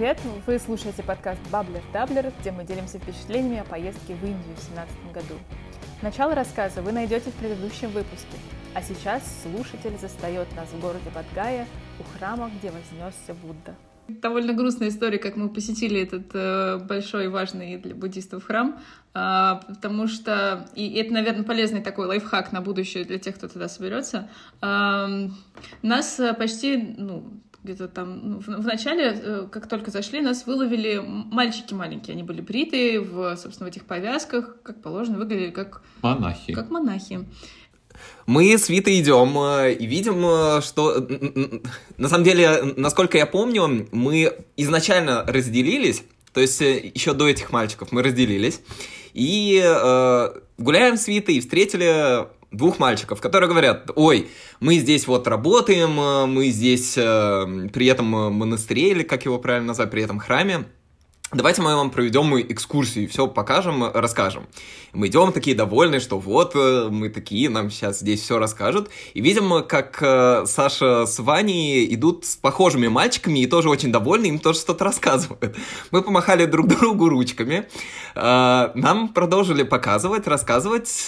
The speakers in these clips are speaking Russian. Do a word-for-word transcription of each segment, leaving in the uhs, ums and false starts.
привет! Вы слушаете подкаст «Баблер-Даблер», где мы делимся впечатлениями о поездке в Индию в две тысячи семнадцатом году. Начало рассказа вы найдете в предыдущем выпуске, а сейчас слушатель застает нас в городе Бодхгая у храма, где вознесся Будда. Довольно грустная история, как мы посетили этот э, большой и важный для буддистов храм, э, потому что, и это, наверное, полезный такой лайфхак на будущее для тех, кто туда соберется. Э, нас почти, ну, где-то там, ну, в, в начале, э, как только зашли, нас выловили мальчики маленькие, они были бритые, в, собственно, в этих повязках, как положено, выглядели как монахи. Как монахи. Мы с Витой идем и видим, что, на самом деле, насколько я помню, мы изначально разделились, то есть еще до этих мальчиков мы разделились, и э, гуляем с Витой и встретили двух мальчиков, которые говорят: ой, мы здесь вот работаем, мы здесь э, при этом монастыре, или как его правильно назвать, при этом храме. Давайте мы вам проведем экскурсию, все покажем, расскажем. Мы идем такие довольные, что вот мы такие, нам сейчас здесь все расскажут. И видим, как Саша с Ваней идут с похожими мальчиками и тоже очень довольны, им тоже что-то рассказывают. Мы помахали друг другу ручками, нам продолжили показывать, рассказывать.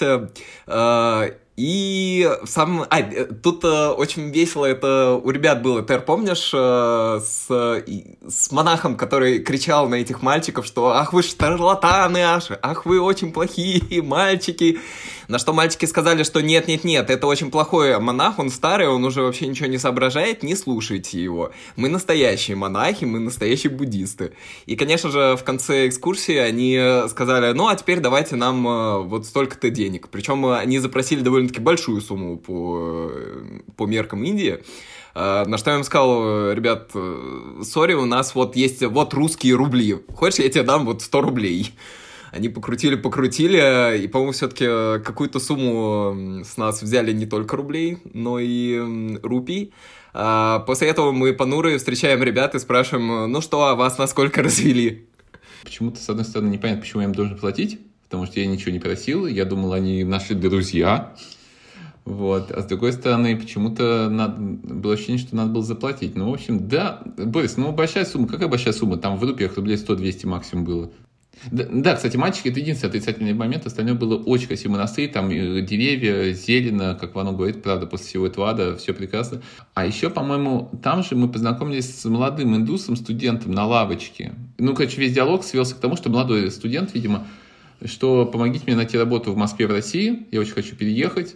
И сам... А, тут э, очень весело это у ребят было. Ты помнишь, э, с, с монахом, который кричал на этих мальчиков, что «Ах вы шарлатаны, аж, ах вы очень плохие мальчики». На что мальчики сказали, что нет-нет-нет, это очень плохой монах, он старый, он уже вообще ничего не соображает, не слушайте его. Мы настоящие монахи, мы настоящие буддисты. И, конечно же, в конце экскурсии они сказали: ну, а теперь давайте нам э, вот столько-то денег. Причем они запросили довольно-таки большую сумму по, по меркам Индии. На что я им сказал: ребят, сори, у нас вот есть вот русские рубли. Хочешь, я тебе дам вот сто рублей? Они покрутили-покрутили, и, по-моему, все-таки какую-то сумму с нас взяли не только рублей, но и рупий. После этого мы понурые встречаем ребят и спрашиваем: ну что, а вас насколько развели? Почему-то, с одной стороны, непонятно, почему я им должен платить, потому что я ничего не просил, я думал, они наши друзья. Вот. А с другой стороны, почему-то надо, было ощущение, что надо было заплатить. Ну, в общем, да, Борис, ну, большая сумма. Какая большая сумма? Там в рупиях рублей сто-двести максимум было. Да, да, кстати, мальчики — это единственный отрицательный момент. Остальное было очень красивый монастырь. Там деревья, зелено, как Вано говорит, правда, после всего этого ада все прекрасно. А еще, по-моему, там же мы познакомились с молодым индусом, студентом на лавочке. Ну, короче, весь диалог свелся к тому, что молодой студент, видимо, что помогите мне найти работу в Москве, в России. Я очень хочу переехать.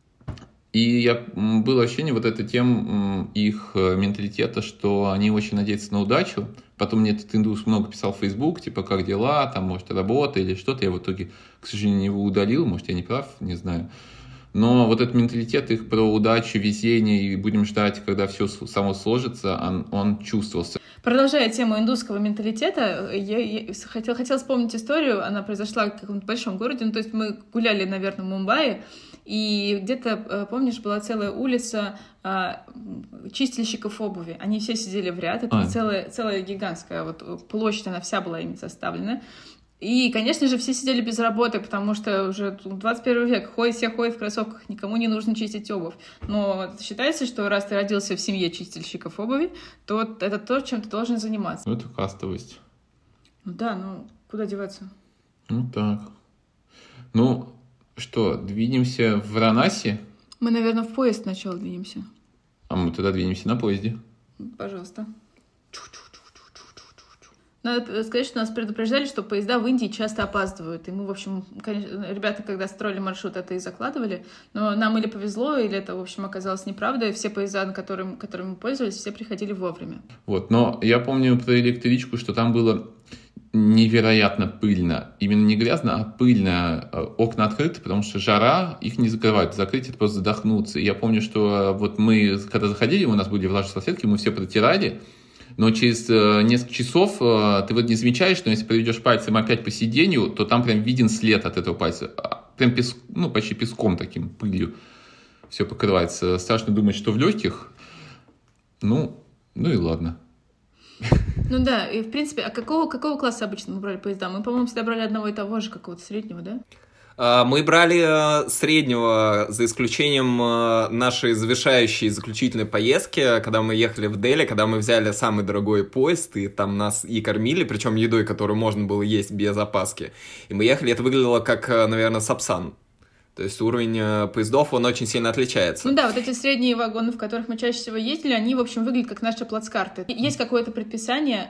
И я, было ощущение вот этой тем их менталитета, что они очень надеются на удачу. Потом мне этот индус много писал в Facebook, типа, как дела, там, может, работа или что-то. Я в итоге, к сожалению, его удалил, может, я не прав, не знаю. Но вот этот менталитет их про удачу, везение, и будем ждать, когда все само сложится, он, он чувствовался. Продолжая тему индусского менталитета, я, я хотела, хотела вспомнить историю, она произошла в каком-то большом городе, ну, то есть мы гуляли, наверное, в Мумбаи, и где-то, помнишь, была целая улица а, чистильщиков обуви. Они все сидели в ряд, это а. целая, целая гигантская вот площадь, она вся была ими составлена. И, конечно же, все сидели без работы, потому что уже двадцать первый век, ходят, все ходят в кроссовках, никому не нужно чистить обувь. Но считается, что раз ты родился в семье чистильщиков обуви, то это то, чем ты должен заниматься. Ну, это кастовость. Ну да, ну куда деваться? Ну так. Ну, что, двинемся в Варанаси? Мы, наверное, в поезд сначала двинемся. А мы тогда двинемся на поезде. Пожалуйста. Надо сказать, что нас предупреждали, что поезда в Индии часто опаздывают. И мы, в общем, конечно, ребята, когда строили маршрут, это и закладывали. Но нам или повезло, или это, в общем, оказалось неправдой. Все поезда, на которым, которыми мы пользовались, все приходили вовремя. Вот, но я помню про электричку, что там было невероятно пыльно. Именно не грязно, а пыльно. Окна открыты, потому что жара, их не закрывают. Закрыть — это просто задохнуться. И я помню, что вот мы, когда заходили, у нас были влажные салфетки, мы все протирали. Но через э, несколько часов э, ты вот не замечаешь, но если проведешь пальцем опять по сиденью, то там прям виден след от этого пальца. Прям песк, ну, почти песком таким, пылью все покрывается. Страшно думать, что в легких. Ну, ну и ладно. Ну да, и в принципе, а какого, какого класса обычно мы брали поезда? Мы, по-моему, всегда брали одного и того же, какого-то среднего, да? Мы брали среднего, за исключением нашей завершающей заключительной поездки, когда мы ехали в Дели, когда мы взяли самый дорогой поезд, и там нас и кормили, причем едой, которую можно было есть без опаски. И мы ехали, это выглядело как, наверное, Сапсан. То есть уровень поездов, он очень сильно отличается. Ну да, вот эти средние вагоны, в которых мы чаще всего ездили, они, в общем, выглядят как наши плацкарты. Есть какое-то предписание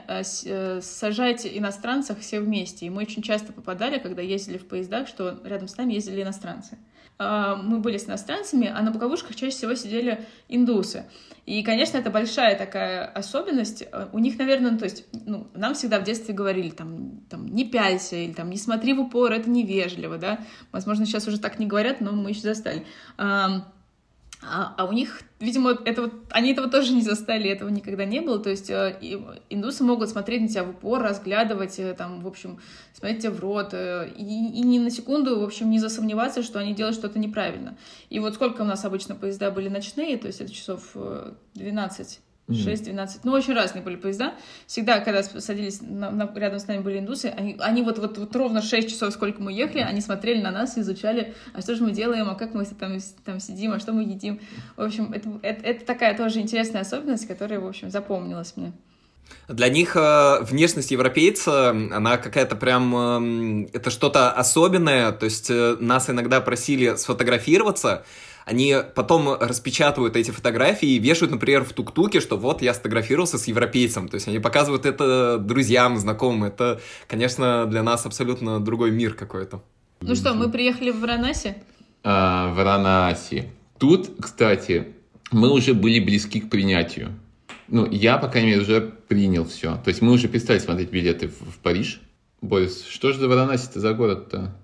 сажать иностранцев все вместе. И мы очень часто попадали, когда ездили в поездах, что рядом с нами ездили иностранцы. Мы были с иностранцами, а на боковушках чаще всего сидели индусы. И, конечно, это большая такая особенность. У них, наверное, ну, то есть, ну, нам всегда в детстве говорили, там, там, не пялься, или там, не смотри в упор, это невежливо, да. Возможно, сейчас уже так не говорят, но мы еще застали. А, а, а у них, видимо, это вот, они этого тоже не застали, этого никогда не было. То есть индусы могут смотреть на тебя в упор, разглядывать, там, в общем, смотреть тебе в рот, и, и ни на секунду, в общем, не засомневаться, что они делают что-то неправильно. И вот сколько у нас обычно поезда были ночные, то есть это часов двенадцать, шесть-двенадцать, ну, очень разные были поезда. Всегда, когда садились, на, на, рядом с нами были индусы, они, они вот, вот, вот ровно шесть часов, сколько мы ехали, они смотрели на нас, изучали, а что же мы делаем, а как мы там, там сидим, а что мы едим. В общем, это, это, это такая тоже интересная особенность, которая, в общем, запомнилась мне. Для них э, внешность европейца, она какая-то прям, э, это что-то особенное, то есть э, нас иногда просили сфотографироваться, они потом распечатывают эти фотографии и вешают, например, в тук-туке, что вот я сфотографировался с европейцем. То есть они показывают это друзьям, знакомым. Это, конечно, для нас абсолютно другой мир какой-то. Ну что, мы приехали в Варанаси? А, в Варанаси. Тут, кстати, мы уже были близки к принятию. Ну, я, по крайней мере, уже принял все. То есть мы уже перестали смотреть билеты в, в Париж. Борис, что же за Варанаси-то за город-то?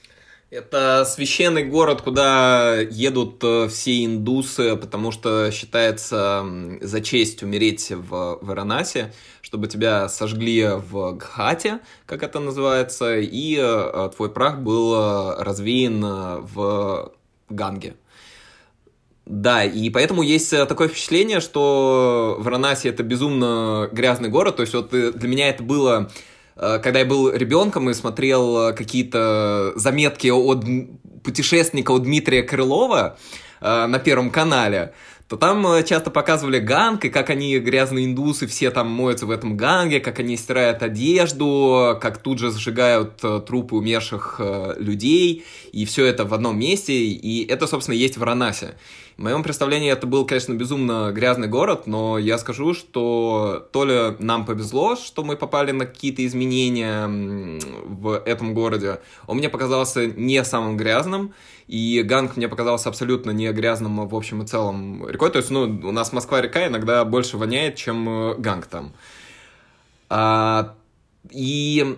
Это священный город, куда едут все индусы, потому что считается за честь умереть в Варанаси, чтобы тебя сожгли в Гхате, как это называется, и твой прах был развеян в Ганге. Да, и поэтому есть такое впечатление, что Варанаси — это безумно грязный город, то есть вот для меня это было... Когда я был ребенком и смотрел какие-то заметки от путешественника от Дмитрия Крылова на Первом канале, то там часто показывали Ганг, и как они, грязные индусы, все там моются в этом Ганге, как они стирают одежду, как тут же сжигают трупы умерших людей, и все это в одном месте, и это, собственно, есть в Варанаси. В моем представлении это был, конечно, безумно грязный город, но я скажу, что то ли нам повезло, что мы попали на какие-то изменения в этом городе, он мне показался не самым грязным, и Ганг мне показался абсолютно не грязным в общем и целом рекой. То есть, ну, у нас Москва-река иногда больше воняет, чем Ганг там. А, и...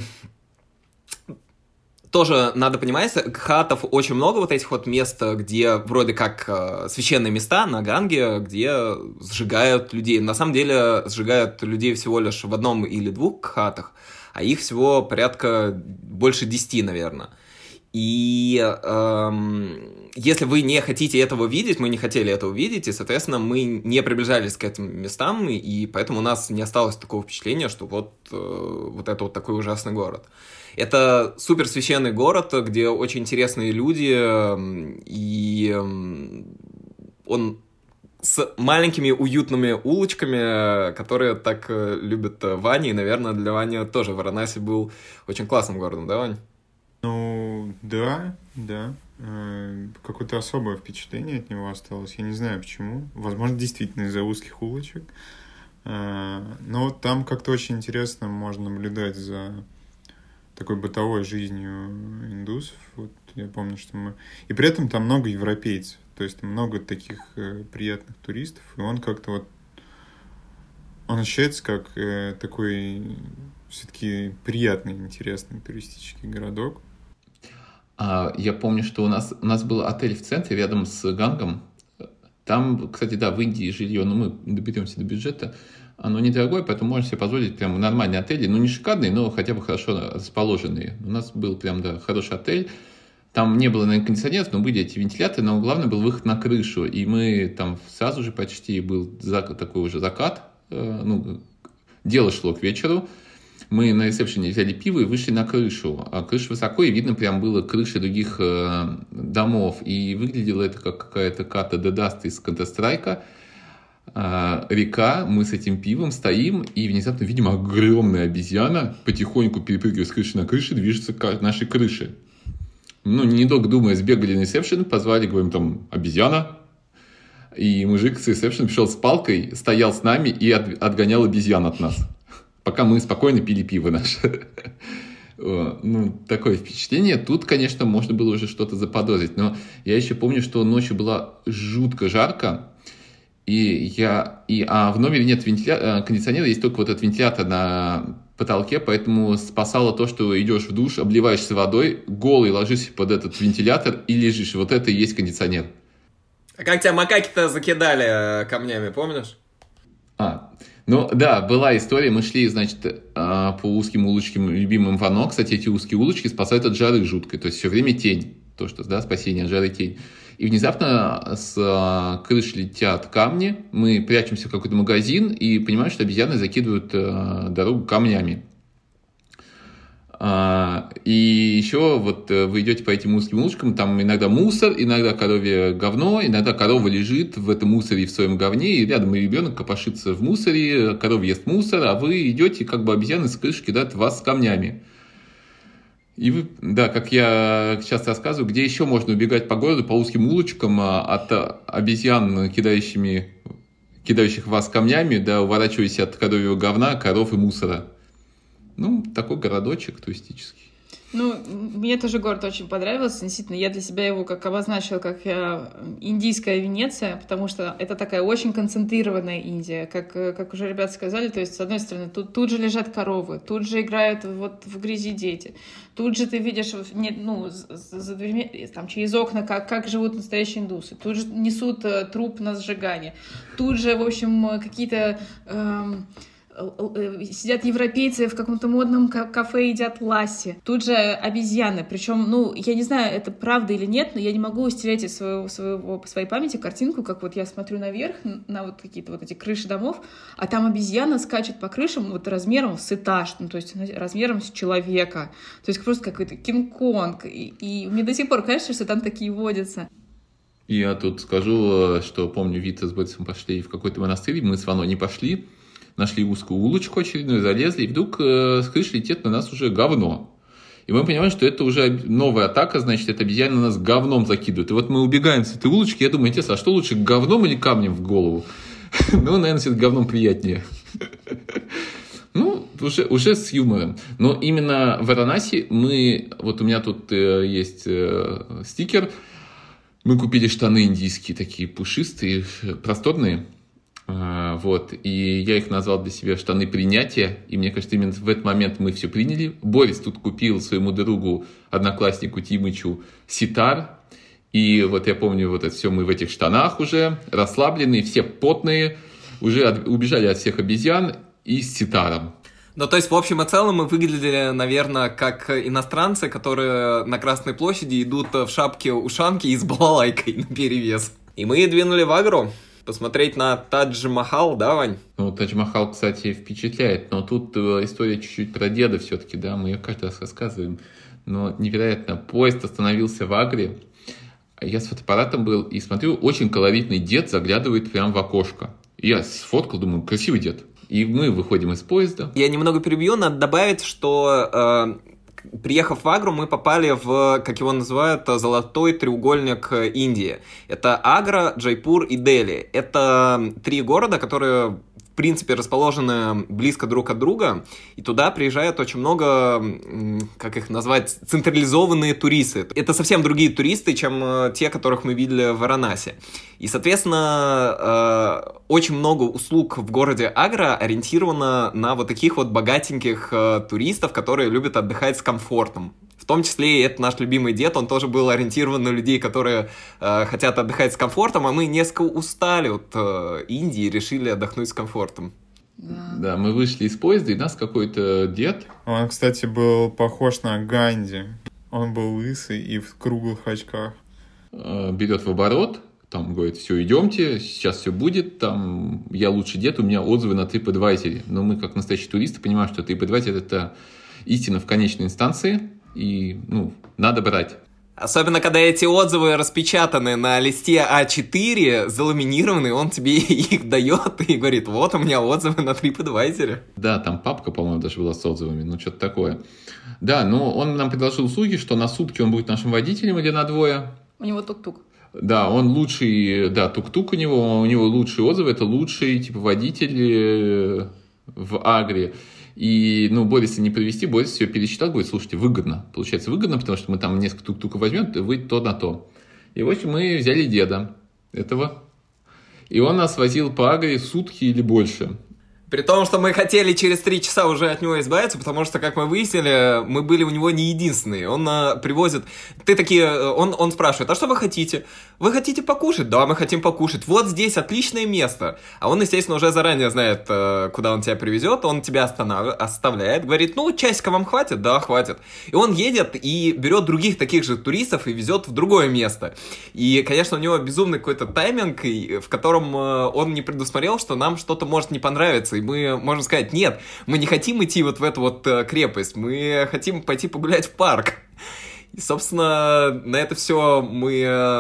Тоже надо понимать, гхатов очень много, вот этих вот мест, где вроде как э, священные места на Ганге, где сжигают людей. На самом деле сжигают людей всего лишь в одном или двух гхатах, а их всего порядка больше десяти, наверное. И эм, если вы не хотите этого видеть, мы не хотели этого видеть, и, соответственно, мы не приближались к этим местам, и поэтому у нас не осталось такого впечатления, что вот, э, вот это вот такой ужасный город. Это супер священный город, где очень интересные люди, и он с маленькими уютными улочками, которые так любят Ваня, и, наверное, для Вани тоже Варанаси был очень классным городом, да, Вань? Ну, да, да. Какое-то особое впечатление от него осталось. Я не знаю, почему. Возможно, действительно из-за узких улочек. Но вот там как-то очень интересно можно наблюдать за такой бытовой жизнью индусов. Вот я помню, что мы... И при этом там много европейцев. То есть много таких приятных туристов. И он как-то вот... Он ощущается как такой все-таки приятный, интересный туристический городок. А, я помню, что у нас, у нас был отель в центре, рядом с Гангом. Там, кстати, да, в Индии жилье, но мы доберемся до бюджета. Оно недорогое, поэтому можно себе позволить прям нормальные отели. Ну, не шикарные, но хотя бы хорошо расположенные. У нас был прям, да, хороший отель. Там не было, наверное, кондиционеров, но были эти вентиляторы, но главное был выход на крышу. И мы там сразу же почти был закат, такой уже закат. Э, ну, дело шло к вечеру. Мы на ресепшене взяли пиво и вышли на крышу. А крыша высоко, и видно прям было крыши других э, домов. И выглядело это как какая-то карта Dead Dust из Counter-Strike. Э, река, мы с этим пивом стоим, и внезапно видим огромная обезьяна, потихоньку перепрыгивая с крыши на крышу, движется к нашей крыше. Ну, недолго думая, сбегали на ресепшен, позвали, говорим, там, обезьяна. И мужик с ресепшена пришел с палкой, стоял с нами и от, отгонял обезьян от нас. Пока мы спокойно пили пиво наше. Ну, такое впечатление. Тут, конечно, можно было уже что-то заподозрить. Но я еще помню, что ночью было жутко жарко. И я... И, а в номере нет вентиля... кондиционера, есть только вот этот вентилятор на потолке, поэтому спасало то, что идешь в душ, обливаешься водой, голый ложишься под этот вентилятор и лежишь. Вот это и есть кондиционер. А как тебя макаки-то закидали камнями, помнишь? А, ну да, была история, мы шли, значит, по узким улочкам, любимым Вано, кстати, эти узкие улочки спасают от жары жуткой, то есть все время тень, то, что, да, спасение от жары тень. И внезапно с крыши летят камни, мы прячемся в какой-то магазин и понимаем, что обезьяны закидывают дорогу камнями. И еще вот вы идете по этим узким улочкам, там иногда мусор, иногда коровье говно, иногда корова лежит в этом мусоре и в своем говне, и рядом ребенок копошится в мусоре, корова ест мусор, а вы идете, как бы обезьяны с крыши кидают вас с камнями. И вы, да, как я часто рассказываю, где еще можно убегать по городу, по узким улочкам от обезьян, кидающими, кидающих вас камнями, да, уворачиваясь от коровьего говна, коров и мусора. Ну, такой городочек туристический. Ну, мне тоже город очень понравился. Действительно, я для себя его как обозначила, как индийская Венеция, потому что это такая очень концентрированная Индия, как, как уже ребята сказали. То есть, с одной стороны, тут, тут же лежат коровы, тут же играют вот в грязи дети, тут же ты видишь ну, за дверьми, там, через окна, как, как живут настоящие индусы, тут же несут труп на сжигание, тут же, в общем, какие-то... Эм, сидят европейцы в каком-то модном кафе, едят ласси. Тут же обезьяны. Причем, ну, я не знаю, это правда или нет, но я не могу стереть из своего, своего, своей памяти картинку, как вот я смотрю наверх, на вот какие-то вот эти крыши домов, а там обезьяна скачет по крышам вот размером с этаж, ну, то есть размером с человека. То есть просто какой-то Кинг-Конг. И, и мне до сих пор кажется, что там такие водятся. Я тут скажу, что помню, Вита с Борисом пошли в какой-то монастырь, мы с Вано не пошли, нашли узкую улочку очередную, залезли, и вдруг э, с крыши летит на нас уже говно. И мы понимаем, что это уже новая атака, значит, эта обезьяна нас говном закидывает. И вот мы убегаем с этой улочки, я думаю, интересно, а что лучше, говном или камнем в голову? Ну, наверное, все-таки говном приятнее. Ну, уже, уже с юмором. Но именно в Варанаси мы... Вот у меня тут э, есть э, стикер. Мы купили штаны индийские, такие пушистые, просторные. Uh, вот, и я их назвал для себя штаны принятия, и мне кажется, именно в этот момент мы все приняли. Борис тут купил своему другу, однокласснику Тимычу, ситар, и вот я помню, вот это все мы в этих штанах уже, расслабленные, все потные, уже от, убежали от всех обезьян и с ситаром. Ну, то есть, в общем и целом, мы выглядели, наверное, как иностранцы, которые на Красной площади идут в шапке-ушанке и с балалайкой наперевес. И мы двинули в Агру. Посмотреть на Тадж-Махал, да, Вань? Ну, Тадж-Махал, кстати, впечатляет, но тут история чуть-чуть про деда все-таки, да, мы ее каждый раз рассказываем. Но невероятно, поезд остановился в Агре, я с фотоаппаратом был и смотрю, очень колоритный дед заглядывает прямо в окошко. Я сфоткал, думаю, красивый дед. И мы выходим из поезда. Я немного перебью, надо добавить, что... Э... Приехав в Агру, мы попали в, как его называют, золотой треугольник Индии. Это Агра, Джайпур и Дели. Это три города, которые, в принципе, расположены близко друг от друга. И туда приезжает очень много, как их назвать, централизованные туристы. Это совсем другие туристы, чем те, которых мы видели в Варанаси. И, соответственно, очень много услуг в городе Агра ориентировано на вот таких вот богатеньких туристов, которые любят отдыхать с комфортом. В том числе и это наш любимый дед, он тоже был ориентирован на людей, которые э, хотят отдыхать с комфортом, а мы несколько устали от э, Индии и решили отдохнуть с комфортом. Да. Да, мы вышли из поезда, и нас какой-то дед... Он, кстати, был похож на Ганди. Он был лысый и в круглых очках. Берет в оборот, Там говорит, все, идемте, сейчас все будет, там я лучший дед, у меня отзывы на TripAdvisor. Но мы, как настоящие туристы, понимаем, что TripAdvisor – это истина в конечной инстанции, и, ну, надо брать. Особенно, когда эти отзывы распечатаны на листе а четыре, заламинированные, он тебе их дает и говорит, вот у меня отзывы на TripAdvisor. Да, там папка, по-моему, даже была с отзывами, ну что-то такое. Да, но он нам предложил услуги, что на сутки он будет нашим водителем или на двое. У него тук-тук. Да, он лучший, да, тук-тук у него, у него лучшие отзывы, это лучший, типа, водитель в Агре. И, ну, Бориса не привезти, Борис все пересчитал, говорит, слушайте, выгодно. Получается, выгодно, потому что мы там несколько тук-туков возьмем, вы то на то. И, в общем, мы взяли деда этого, и он нас возил по Агре сутки или больше. При том, что мы хотели через три часа уже от него избавиться, потому что, как мы выяснили, мы были у него не единственные. Он а, привозит... Ты такие... Он, он спрашивает, а что вы хотите? Вы хотите покушать? Да, мы хотим покушать. Вот здесь отличное место. А он, естественно, уже заранее знает, куда он тебя привезет. Он тебя останов... оставляет, говорит, ну, часика вам хватит? Да, хватит. И он едет и берет других таких же туристов и везет в другое место. И, конечно, у него безумный какой-то тайминг, в котором он не предусмотрел, что нам что-то может не понравиться. И мы можем сказать, нет, мы не хотим идти вот в эту вот э, крепость, мы хотим пойти погулять в парк. И, собственно, на это все мы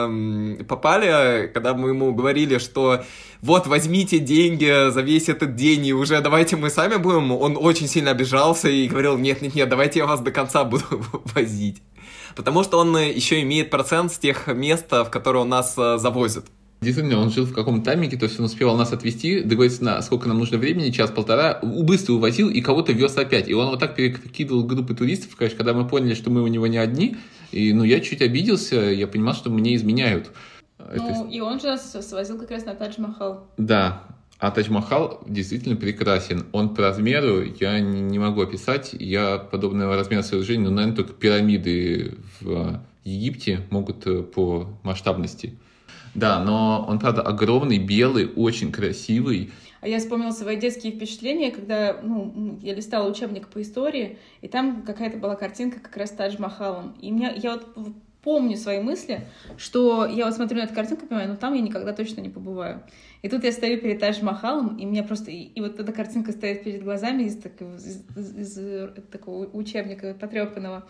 э, попали, когда мы ему говорили, что вот, возьмите деньги за весь этот день, и уже давайте мы сами будем. Он очень сильно обижался и говорил, нет-нет-нет, давайте я вас до конца буду возить. Потому что он еще имеет процент с тех мест, в которые он нас э, завозит. Действительно, он жил в каком-то тайминге, то есть он успевал нас отвезти, договориться, на сколько нам нужно времени, час-полтора, быстро увозил и кого-то вез опять. И он вот так перекидывал группы туристов, конечно, когда мы поняли, что мы у него не одни, и, ну, я чуть обиделся, я понимал, что мне изменяют. Ну, Это... и он же нас свозил как раз на Тадж-Махал. Да, а Тадж-Махал действительно прекрасен. Он по размеру, я не, не могу описать, я подобного размера сооружения, но, наверное, только пирамиды в Египте могут по масштабности. Да, но он, правда, огромный, белый, очень красивый. А я вспомнила свои детские впечатления, когда, ну, я листала учебник по истории, и там какая-то была картинка как раз с Тадж-Махалом. И меня, я вот помню свои мысли, что я вот смотрю на эту картинку и понимаю, ну там я никогда точно не побываю. И тут я стою перед Тадж-Махалом, и меня просто... И, и вот эта картинка стоит перед глазами из такого, из, из, из такого учебника потрепанного.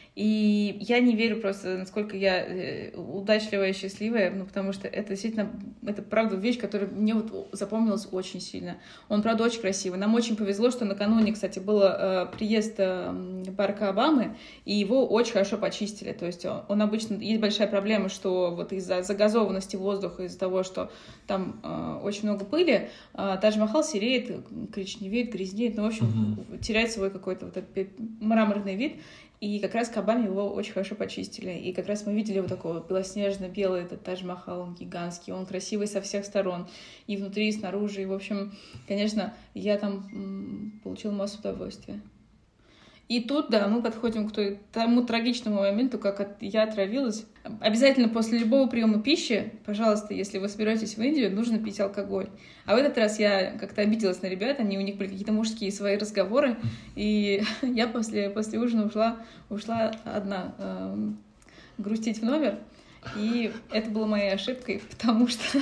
И я не верю просто, насколько я удачливая и счастливая, ну, потому что это действительно, это правда вещь, которая мне вот запомнилась очень сильно. Он, правда, очень красивый. Нам очень повезло, что накануне, кстати, был э, приезд э, Барака Обамы, и его очень хорошо почистили. То есть он, он обычно... Есть большая проблема, что вот из-за загазованности воздуха, из-за того, что там э, очень много пыли, э, Тадж-Махал сереет, коричневеет, грязнеет, ну, в общем, mm-hmm. теряет свой какой-то вот этот мраморный вид. И как раз к Обаме его очень хорошо почистили. И как раз мы видели вот такого белоснежно-белый этот Тадж-Махал, он гигантский, он красивый со всех сторон. И внутри, и снаружи. И, в общем, конечно, я там м- получила массу удовольствия. И тут, да, мы подходим к тому трагичному моменту, как от... я отравилась. Обязательно после любого приема пищи, пожалуйста, если вы соберетесь в Индию, нужно пить алкоголь. А в этот раз я как-то обиделась на ребят, они, у них были какие-то мужские свои разговоры, и я после, после ужина ушла, ушла одна э, грустить в номер, и это было моей ошибкой, потому что,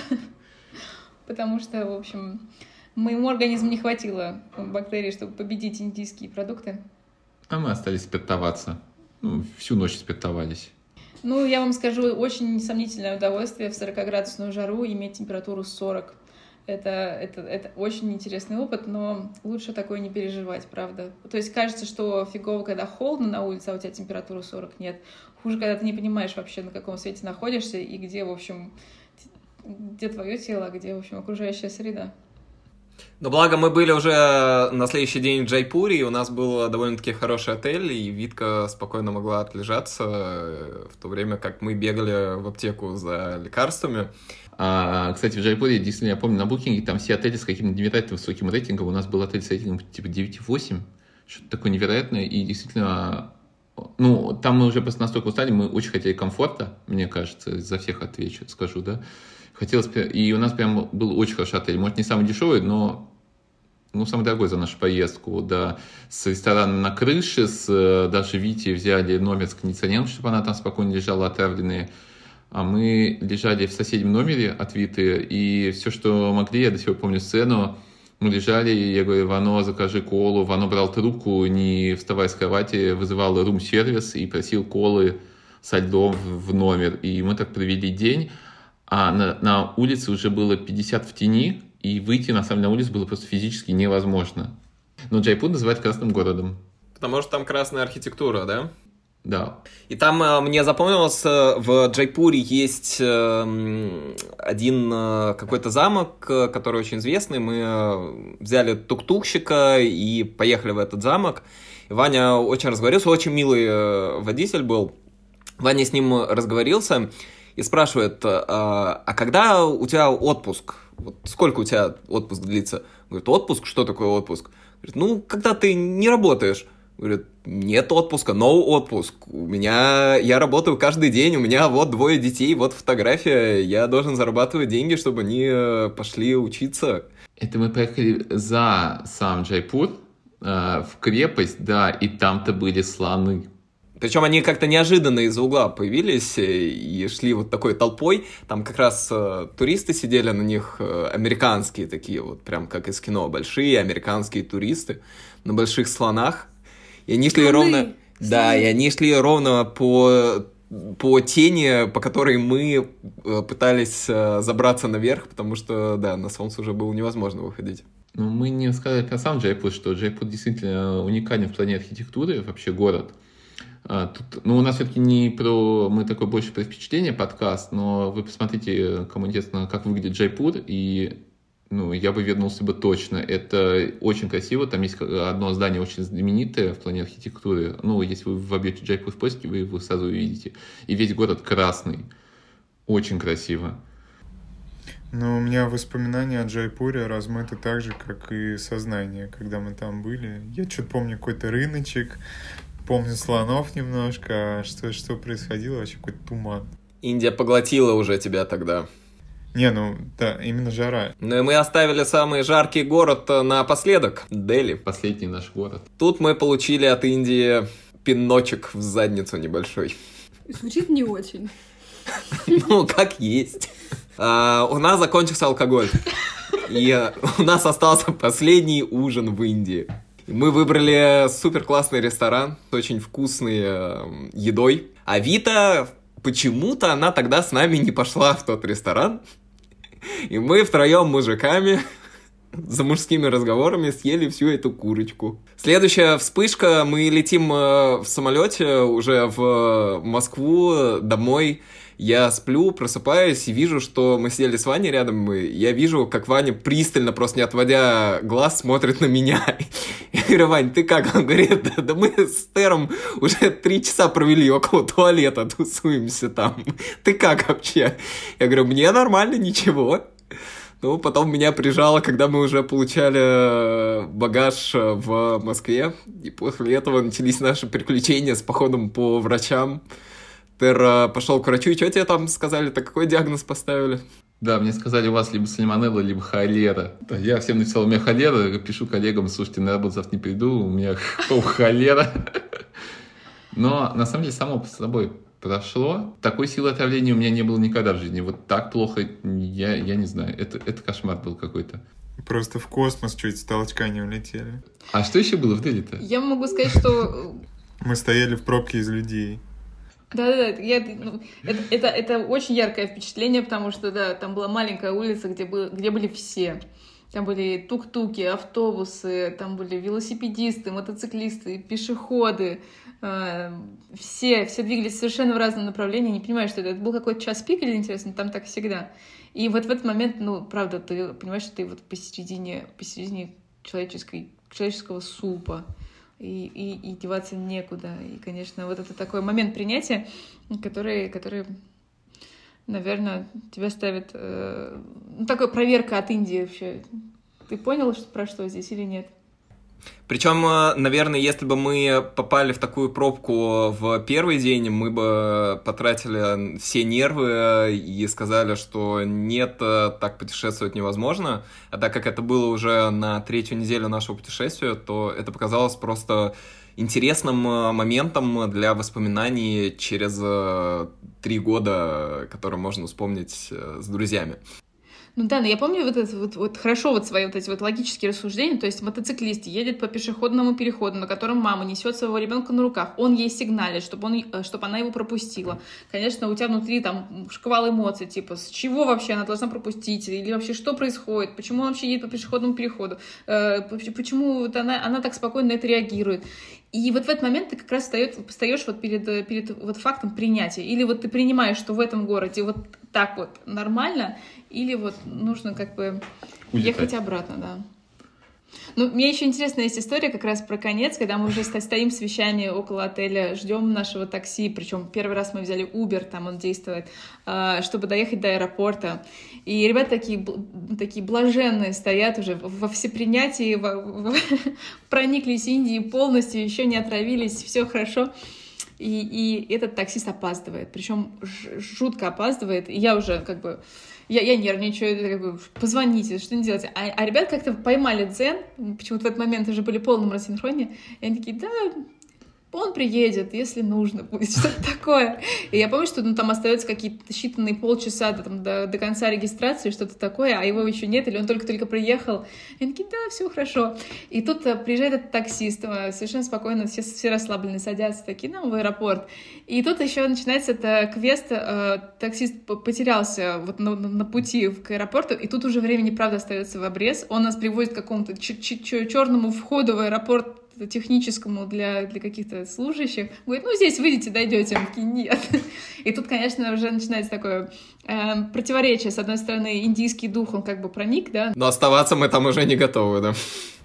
потому что, в общем, моему организму не хватило бактерий, чтобы победить индийские продукты. А мы остались спиртоваться. Ну, всю ночь спиртовались. Ну, я вам скажу, очень сомнительное удовольствие в сорокаградусную жару иметь температуру сорок. Это, это, это очень интересный опыт, но лучше такое не переживать, правда. То есть кажется, что фигово, когда холодно на улице, а у тебя температура сорок. Нет. Хуже, когда ты не понимаешь вообще, на каком свете находишься и где, в общем, где твое тело, а где, в общем, окружающая среда. Но благо мы были уже на следующий день в Джайпуре, и у нас был довольно-таки хороший отель, и Витка спокойно могла отлежаться, в то время как мы бегали в аптеку за лекарствами. А, кстати, в Джайпуре, действительно, я помню, на букинге там все отели с каким-то невероятно высоким рейтингом. У нас был отель с рейтингом типа девять и восемь, что-то такое невероятное, и действительно... Ну, там мы уже просто настолько устали, мы очень хотели комфорта, мне кажется, за всех отвечу, скажу, да. Хотелось, и у нас прям был очень хороший отель. Может, не самый дешевый, но ну, самый дорогой за нашу поездку. Да. С ресторана на крыше, с, даже Вите взяли номер с кондиционером, чтобы она там спокойно лежала, отравленная. а мы лежали в соседнем номере от Виты, и все, что могли, я до сих пор помню сцену, мы лежали, и я говорю: Вано, закажи колу. Вано брал трубку, не вставая с кровати, вызывал рум-сервис и просил колы со льдом в номер. И мы так провели день, а на, на улице уже было пятьдесят в тени, и выйти, на самом деле, на улицу было просто физически невозможно. Но Джайпур называют красным городом. Потому что там красная архитектура, да? Да. И там э, мне запомнилось, э, в Джайпуре есть э, один э, какой-то замок, э, который очень известный. Мы э, взяли тук-тукщика и поехали в этот замок. И Ваня очень разговорился, очень милый э, водитель был. Ваня с ним разговорился и спрашивает: а, а когда у тебя отпуск? Вот сколько у тебя отпуск длится? Говорит: отпуск? Что такое отпуск? Говорит: ну, когда ты не работаешь. Говорит: нет отпуска, no отпуск. У меня, я работаю каждый день, у меня вот двое детей, вот фотография, я должен зарабатывать деньги, чтобы они пошли учиться. Это мы поехали за сам Джайпур, э, в крепость, да, и там-то были слоны. Причем они как-то неожиданно из-за угла появились и шли вот такой толпой. Там как раз э, туристы сидели на них, э, американские такие, вот прям как из кино, большие американские туристы на больших слонах. И они шли Слоны. ровно... Слоны. Да, и они шли ровно по, по тени, по которой мы пытались забраться наверх, потому что, да, на солнце уже было невозможно выходить. Ну, мы не сказали про сам Джайпур, что Джайпур действительно уникален в плане архитектуры, вообще город. Тут, ну, у нас все-таки не про... Мы такой больше про впечатление подкаст, но вы посмотрите, кому интересно, как выглядит Джайпур, и ну, я бы вернулся бы точно. Это очень красиво. Там есть одно здание очень знаменитое в плане архитектуры. Ну, если вы вобьете Джайпур в поиске, вы его сразу увидите. И весь город красный. Очень красиво. Ну, у меня воспоминания о Джайпуре размыты так же, как и сознание, когда мы там были. Я что-то помню какой-то рыночек, помню слонов немножко. А что, что происходило? Вообще какой-то туман. Индия поглотила уже тебя тогда. Не, ну, да, именно жара. Ну и мы оставили самый жаркий город напоследок — Дели. Последний наш город. Тут мы получили от Индии пиночек в задницу небольшой. Звучит не очень. Ну, как есть. А, у нас закончился алкоголь. И у нас остался последний ужин в Индии. Мы выбрали супер классный ресторан с очень вкусной э, едой. А Вита, почему-то она тогда с нами не пошла в тот ресторан. И мы втроем мужиками за мужскими разговорами съели всю эту курочку. Следующая вспышка. Мы летим в самолете уже в Москву домой. Я сплю, просыпаюсь и вижу, что мы сидели с Ваней рядом, и я вижу, как Ваня пристально, просто не отводя глаз, смотрит на меня. Я говорю: Вань, ты как? Он говорит: да, да мы с Тером уже три часа провели около туалета, тусуемся там. Ты как вообще? Я говорю: мне нормально, ничего. Ну, потом меня прижало, когда мы уже получали багаж в Москве, и после этого начались наши приключения с походом по врачам. Тер пошел к врачу, и что тебе там сказали-то? Какой диагноз поставили? Да, мне сказали, у вас либо сальмонелла, либо холера. Да, я всем написал: у меня холера, пишу коллегам: слушайте, на работу завтра не приду, у меня холера. Но на самом деле само по собой прошло. Такой силы отравления у меня не было никогда в жизни. Вот так плохо, я, я не знаю. Это, это кошмар был какой-то. Просто в космос чуть с толчка не улетели. А что еще было в Дели-то? Я могу сказать, что... Мы стояли в пробке из людей. Да-да-да, я, ну, это, это, это очень яркое впечатление, потому что, да, там была маленькая улица, где, был, где были все. Там были тук-туки, автобусы, там были велосипедисты, мотоциклисты, пешеходы. Э, все, все двигались совершенно в разном направлении, не понимаю, что это. Это был какой-то час пик или интересно, там так всегда. И вот в этот момент, ну, правда, ты понимаешь, что ты вот посередине, посередине человеческой, человеческого супа. И, и, и деваться некуда. И, конечно, вот это такой момент принятия, который, который наверное, тебя ставит... Э, ну, такая проверка от Индии вообще. Ты понял, что, про что здесь или нет? Причем, наверное, если бы мы попали в такую пробку в первый день, мы бы потратили все нервы и сказали, что нет, так путешествовать невозможно. А так как это было уже на третью неделю нашего путешествия, то это показалось просто интересным моментом для воспоминаний через три года, которые можно вспомнить с друзьями. Ну да, но я помню вот это вот, вот хорошо вот свои вот эти вот логические рассуждения, то есть мотоциклист едет по пешеходному переходу, на котором мама несет своего ребенка на руках, он ей сигналит, чтобы, он, чтобы она его пропустила. Конечно, у тебя внутри там шквал эмоций, типа, с чего вообще она должна пропустить, или вообще что происходит, почему он вообще едет по пешеходному переходу, э, почему вот она, она так спокойно на это реагирует. И вот в этот момент ты как раз встаешь, встаешь вот перед, перед вот фактом принятия. Или вот ты принимаешь, что в этом городе вот так вот нормально, или вот нужно как бы Улетать. ехать обратно, да. Ну, мне еще интересная есть история как раз про конец, когда мы уже стоим с вещами около отеля, ждем нашего такси, причем первый раз мы взяли Uber, там он действует, чтобы доехать до аэропорта. И ребята такие, такие блаженные стоят уже во всепринятии, во, во, прониклись Индией полностью, еще не отравились, все хорошо. И, и этот таксист опаздывает, причем жутко опаздывает, и я уже как бы... Я, я нервничаю, как бы, позвоните, что не делать. А, а ребята как-то поймали дзен, почему-то в этот момент уже были в полном рассинхроне, и они такие, да, он приедет, если нужно будет, что-то такое. И я помню, что ну, там остается какие-то считанные полчаса до, там, до, до конца регистрации, что-то такое, а его еще нет, или он только-только приехал. И они такие, да, все хорошо. И тут а, приезжает этот таксист, совершенно спокойно, все, все расслаблены, садятся такие, ну, в аэропорт. И тут еще начинается это квест, а, таксист потерялся вот на, на пути к аэропорту, и тут уже времени, правда, остается в обрез. Он нас привозит к какому-то ч- ч- ч- черному входу в аэропорт, техническому для, для каких-то служащих, говорит, ну, здесь выйдете, дойдете. Мы такие, нет. И тут, конечно, уже начинается такое э, противоречие. С одной стороны, индийский дух, он как бы проник, да. Но оставаться мы там уже не готовы, да.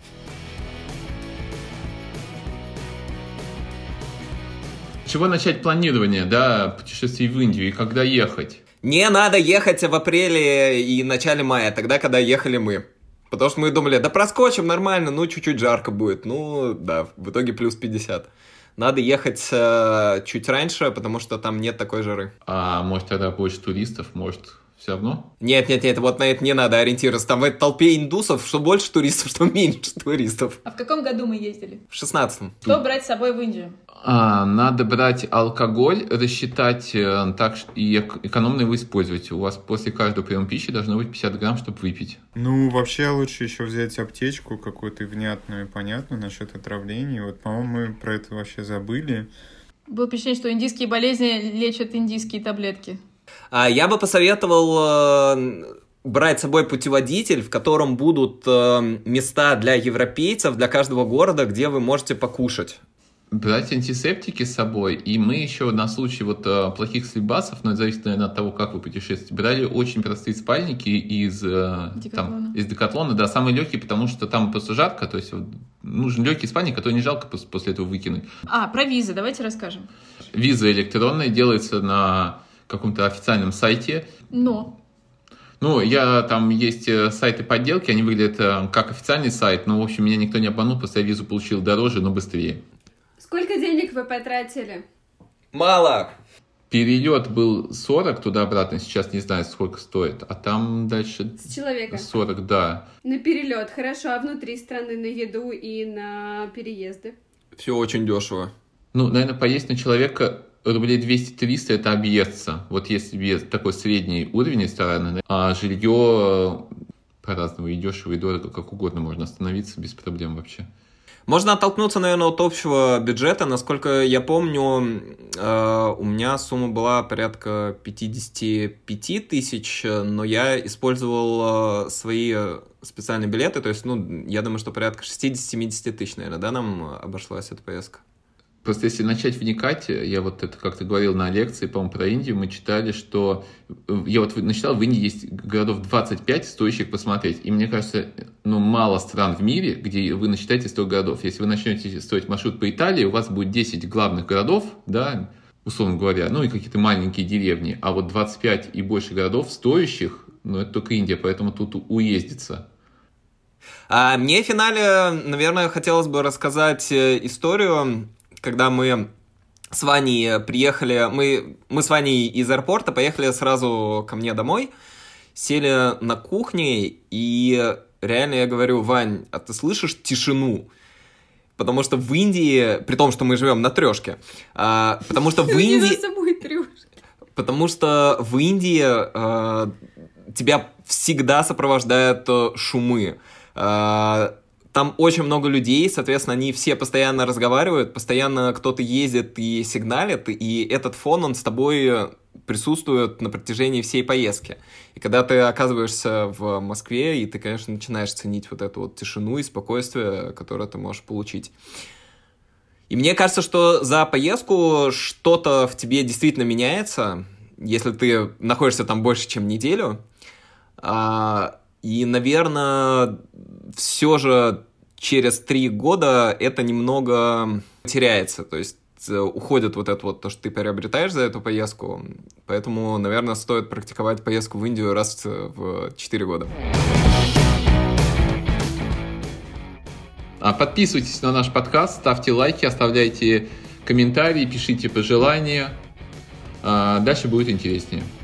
С чего начать планирование, да, путешествий в Индию и когда ехать? Не надо ехать в апреле и начале мая, тогда, когда ехали мы. Потому что мы думали, да проскочим нормально, ну чуть-чуть жарко будет. Ну да, в итоге плюс пятьдесят. Надо ехать э, чуть раньше, потому что там нет такой жары. А может тогда больше туристов, может все равно? Нет-нет-нет, вот на это не надо ориентироваться. Там в этой толпе индусов, что больше туристов, что меньше туристов. А в каком году мы ездили? В шестнадцатом. Что брать с собой в Индию? А, надо брать алкоголь, рассчитать э, так и экономно его использовать. У вас после каждого приема пищи должно быть пятьдесят грамм, чтобы выпить. Ну, вообще лучше еще взять аптечку какую-то внятную и понятную насчет отравлений. Вот, по-моему, мы про это вообще забыли. Было впечатление, что индийские болезни лечат индийские таблетки. А я бы посоветовал э, брать с собой путеводитель, в котором будут э, места для европейцев, для каждого города, где вы можете покушать. Брать антисептики с собой, и мы еще на случай вот э, плохих слепбасов, но это зависит, наверное, от того, как вы путешествуете, брали очень простые спальники из, э, там, из Декатлона, да, самые легкие, потому что там просто жарко, то есть вот, нужен легкий спальник, который не жалко после, после этого выкинуть. А, про визы давайте расскажем. Виза электронная делается на каком-то официальном сайте. Но... Ну, я там есть сайты подделки, они выглядят э, как официальный сайт, но, в общем, меня никто не обманул, просто я визу получил дороже, но быстрее. Сколько денег вы потратили? Мало. Перелет был сорок туда-обратно, сейчас не знаю, сколько стоит, а там дальше... С человека? сорок, да. На перелет, хорошо, а внутри страны на еду и на переезды? Все очень дешево. Ну, наверное, поесть на человека рублей двести-триста это объестся. Вот если есть такой средний уровень ресторана, а жилье по-разному, и дешево, и дорого, как угодно можно остановиться без проблем вообще. Можно оттолкнуться, наверное, от общего бюджета. Насколько я помню, э, у меня сумма была порядка пятьдесят пять тысяч, но я использовал э, свои специальные билеты. То есть, ну, я думаю, что порядка шестьдесят-семьдесят тысяч, наверное, да, нам обошлась эта поездка. Просто если начать вникать, я вот это как-то говорил на лекции, по-моему, про Индию, мы читали, что... Я вот начитал, в Индии есть городов двадцать пять, стоящих посмотреть. И мне кажется, ну, мало стран в мире, где вы насчитаете сто городов. Если вы начнете строить маршрут по Италии, у вас будет десять главных городов, да, условно говоря, ну и какие-то маленькие деревни. А вот двадцать пять и больше городов стоящих, ну, это только Индия, поэтому тут уездится. А мне в финале, наверное, хотелось бы рассказать историю, когда мы с Ваней приехали, мы, мы с Ваней из аэропорта поехали сразу ко мне домой, сели на кухне, и реально я говорю: Вань, а ты слышишь тишину? Потому что в Индии, при том, что мы живем на трешке, а, потому что в Индии... за собой трешки. Потому что в Индии а, тебя всегда сопровождают шумы. А, там очень много людей, соответственно, они все постоянно разговаривают, постоянно кто-то ездит и сигналит, и этот фон, он с тобой присутствует на протяжении всей поездки. И когда ты оказываешься в Москве, и ты, конечно, начинаешь ценить вот эту вот тишину и спокойствие, которое ты можешь получить. И мне кажется, что за поездку что-то в тебе действительно меняется, если ты находишься там больше, чем неделю. И, наверное, все же через три года это немного теряется. То есть уходит вот это вот то, что ты приобретаешь за эту поездку. Поэтому, наверное, стоит практиковать поездку в Индию раз в четыре года. Подписывайтесь на наш подкаст, ставьте лайки, оставляйте комментарии, пишите пожелания. Дальше будет интереснее.